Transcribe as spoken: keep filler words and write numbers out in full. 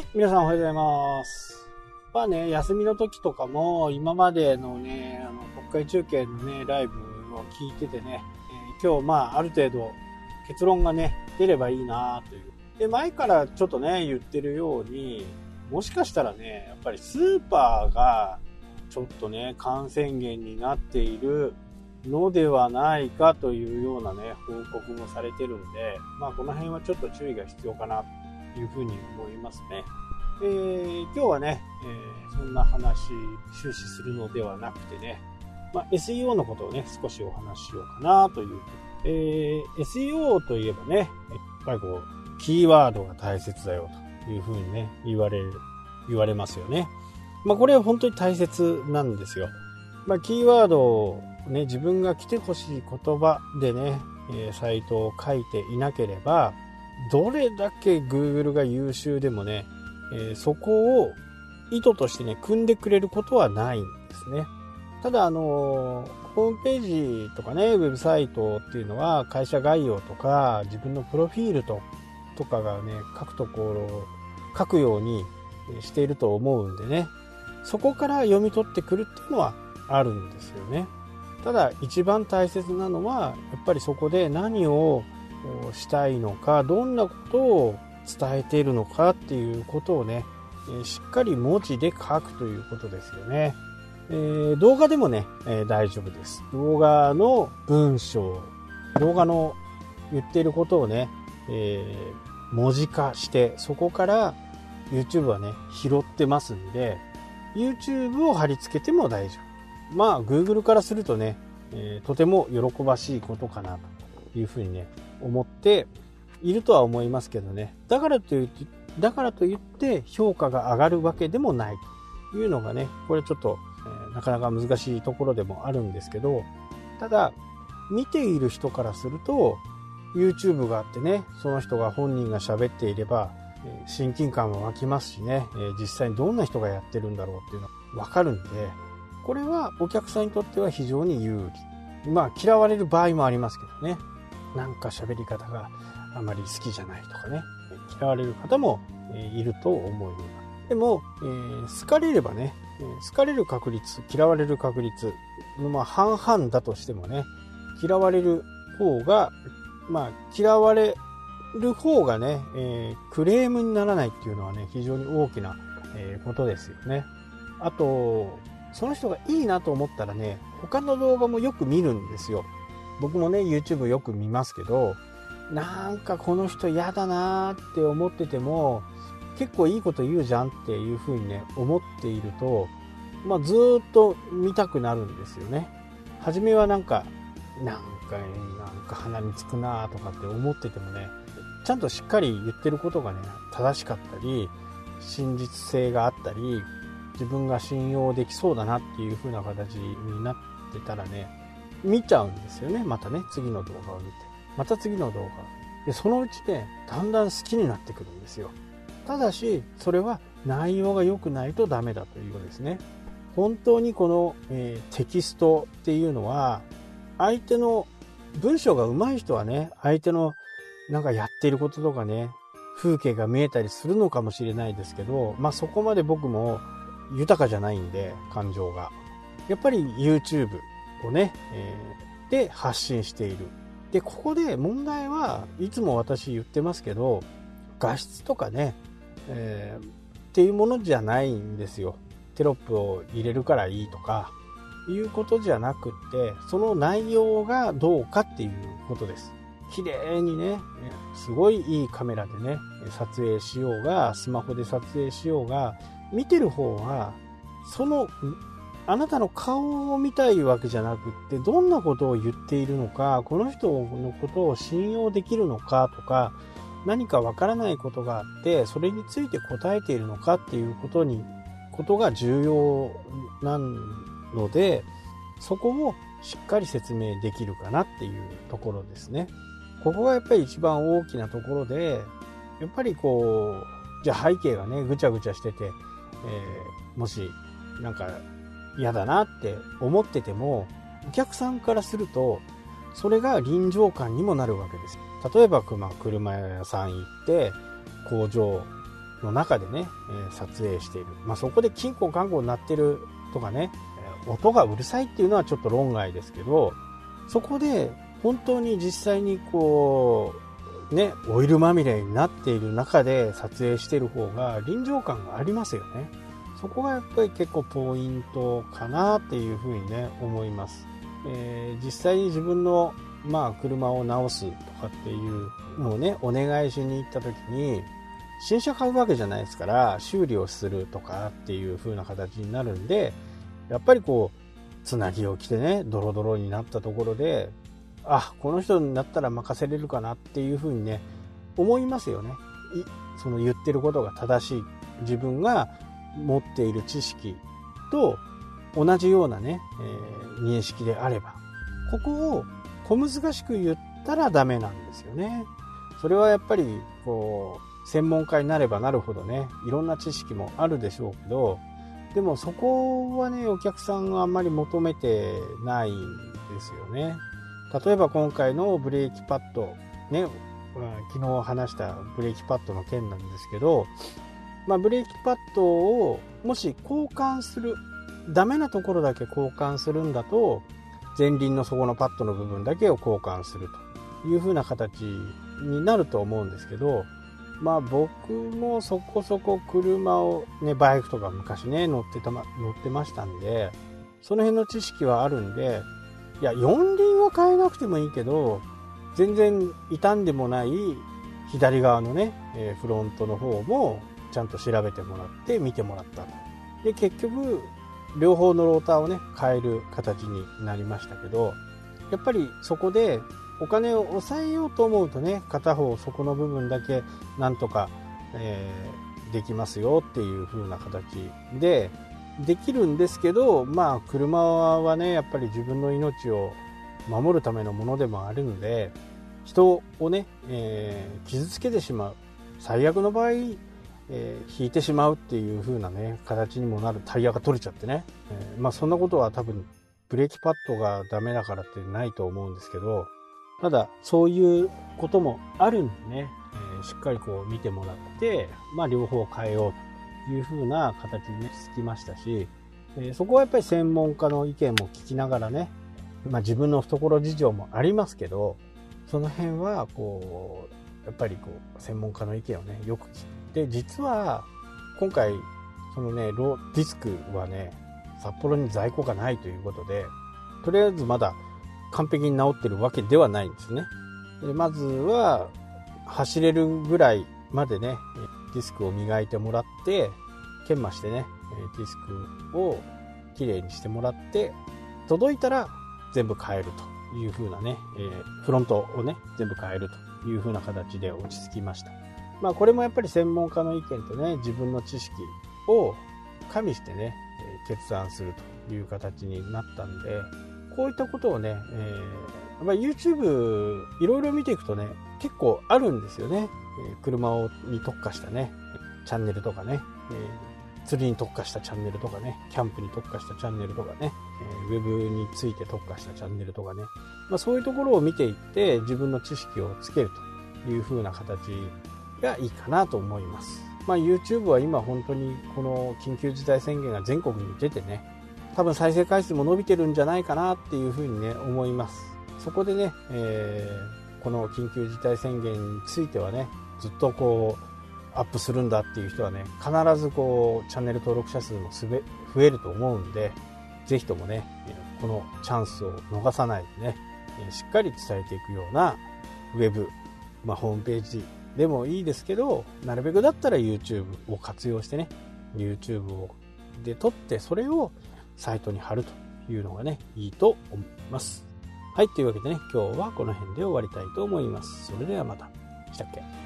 はい、皆さんおはようございます。まあね、休みの時とかも今までのね、あの国会中継のね、ライブを聞いててね、えー、今日まあある程度結論がね、出ればいいなという。で、前からちょっとね、言ってるように、もしかしたらね、やっぱりスーパーがちょっとね、感染源になっているのではないかというようなね、報告もされてるんで、まあこの辺はちょっと注意が必要かなというふうに思いますね。えー、今日はね、えー、そんな話終始するのではなくてね、まあ、エスイーオー のことをね少しお話ししようかなという、えー、エスイーオー といえばねやっぱりこうキーワードが大切だよというふうにね言われる言われますよね。まあこれは本当に大切なんですよ。まあキーワードをね自分が来てほしい言葉でね、えー、サイトを書いていなければどれだけ Google が優秀でもね、えー、そこを意図としてね組んでくれることはないんですね。ただあのー、ホームページとかねウェブサイトっていうのは会社概要とか自分のプロフィールととかがね書くところを書くようにしていると思うんでね、そこから読み取ってくるっていうのはあるんですよね。ただ一番大切なのはやっぱりそこで何をしたいのか、どんなことを伝えているのかっていうことをねしっかり文字で書くということですよね。えー、動画でもね、えー、大丈夫です。動画の文章、動画の言っていることをね、えー、文字化してそこから YouTube はね拾ってますんで YouTube を貼り付けても大丈夫。まあ Google からするとね、えー、とても喜ばしいことかなというふうにね思っているとは思いますけどね、だからといってだからといって評価が上がるわけでもないというのがね、これちょっと、えー、なかなか難しいところでもあるんですけど、ただ見ている人からすると YouTube があってね、その人が本人が喋っていれば、えー、親近感も湧きますしね、えー、実際にどんな人がやってるんだろうっていうのが分かるんで、これはお客さんにとっては非常に有利。まあ嫌われる場合もありますけどね、なんか喋り方があまり好きじゃないとかね、嫌われる方もいると思います。でも、えー、好かれればね、好かれる確率、嫌われる確率、まあ半々だとしてもね、嫌われる方が、まあ嫌われる方がね、えー、クレームにならないっていうのはね、非常に大きな、えー、ことですよね。あと、その人がいいなと思ったらね、他の動画もよく見るんですよ。僕もね、YouTube よく見ますけど、なんかこの人嫌だなーって思ってても結構いいこと言うじゃんっていう風にね思っていると、まあ、ずーっと見たくなるんですよね。初めはなんかなんかなんか鼻につくなーとかって思っててもね、ちゃんとしっかり言ってることがね正しかったり真実性があったり自分が信用できそうだなっていう風な形になってたらね見ちゃうんですよね。またね次の動画を見てまた次の動画で、そのうちねだんだん好きになってくるんですよ。ただしそれは内容が良くないとダメだということですね。本当にこの、えー、テキストっていうのは相手の文章が上手い人はね相手のなんかやっていることとかね風景が見えたりするのかもしれないですけど、まあそこまで僕も豊かじゃないんで感情がやっぱり YouTube をね、えー、で発信している。でここで問題はいつも私言ってますけど、画質とかね、えー、っていうものじゃないんですよ。テロップを入れるからいいとかいうことじゃなくって、その内容がどうかっていうことです。綺麗にねすごいいいカメラでね撮影しようがスマホで撮影しようが、見てる方はそのあなたの顔を見たいわけじゃなくって、どんなことを言っているのか、この人のことを信用できるのかとか、何かわからないことがあってそれについて答えているのかっていうことにことが重要なので、そこをしっかり説明できるかなっていうところですね。ここがやっぱり一番大きなところで、やっぱりこうじゃあ背景がねぐちゃぐちゃしてて、えー、もしなんか嫌だなって思ってても、お客さんからするとそれが臨場感にもなるわけです。例えば、まあ、車屋さん行って工場の中でね、えー、撮影している。まあ、そこでキンコカンコになってるとかね、音がうるさいっていうのはちょっと論外ですけど、そこで本当に実際にこうね、オイルまみれになっている中で撮影している方が臨場感がありますよね。そこがやっぱり結構ポイントかなっていうふうにね思います。えー、実際に自分のまあ車を直すとかっていうのをねお願いしに行った時に、新車買うわけじゃないですから修理をするとかっていう風な形になるんで、やっぱりこうつなぎを着てねドロドロになったところで、あ、この人になったら任せれるかなっていう風にね思いますよね。その言ってることが正しい、自分が持っている知識と同じようなね、えー、認識であれば、ここを小難しく言ったらダメなんですよね。それはやっぱりこう専門家になればなるほどね、いろんな知識もあるでしょうけど、でもそこはねお客さんがあんまり求めてないんですよね。例えば今回のブレーキパッドね、昨日話したブレーキパッドの件なんですけど、まあ、ブレーキパッドをもし交換する、ダメなところだけ交換するんだと、前輪の底のパッドの部分だけを交換するという風な形になると思うんですけど、まあ僕もそこそこ車をね、バイクとか昔ね乗ってたま乗ってましたんで、その辺の知識はあるんで、いや四輪は変えなくてもいいけど、全然傷んでもない左側のね、えー、フロントの方もちゃんと調べてもらって見てもらった。で結局両方のローターをね変える形になりましたけど、やっぱりそこでお金を抑えようと思うとね、片方そこの部分だけなんとか、えー、できますよっていう風な形でできるんですけど、まあ車はねやっぱり自分の命を守るためのものでもあるので、人をね、えー、傷つけてしまう、最悪の場合えー、引いてしまうっていう風なね形にもなる、タイヤが取れちゃってね、えー、まあそんなことは多分ブレーキパッドがダメだからってないと思うんですけど、ただそういうこともあるんでね、えー、しっかりこう見てもらって、まあ両方変えようという風な形にねつきましたし、えー、そこはやっぱり専門家の意見も聞きながらね、まあ自分の懐事情もありますけど、その辺はこうやっぱりこう専門家の意見をねよく聞いて、で実は今回そのねローディスクはね札幌に在庫がないということで、とりあえずまだ完璧に治ってるわけではないんですね。でまずは走れるぐらいまでねディスクを磨いてもらって、研磨してねディスクをきれいにしてもらって、届いたら全部変えるという風なね、えー、フロントをね全部変えるという風な形で落ち着きました。まあこれもやっぱり専門家の意見とね自分の知識を加味してね決断するという形になったんで、こういったことをね、えーまあ、YouTube いろいろ見ていくとね結構あるんですよね。車をに特化したねチャンネルとかね、えー、釣りに特化したチャンネルとかね、キャンプに特化したチャンネルとかね、えー、ウェブについて特化したチャンネルとかね、まあ、そういうところを見ていって自分の知識をつけるという風な形がいいかなと思います。まあ、YouTube は今本当にこの緊急事態宣言が全国に出てね、多分再生回数も伸びてるんじゃないかなっていうふうにね思います。そこでね、えー、この緊急事態宣言についてはねずっとこうアップするんだっていう人はね必ずこうチャンネル登録者数もすべ増えると思うんで、ぜひともねこのチャンスを逃さないでねしっかり伝えていくようなウェブ、まあ、ホームページでもいいですけど、なるべくだったら YouTube を活用してね YouTube をで撮ってそれをサイトに貼るというのがねいいと思います。はい、というわけでね今日はこの辺で終わりたいと思います。それではまた。したっけ。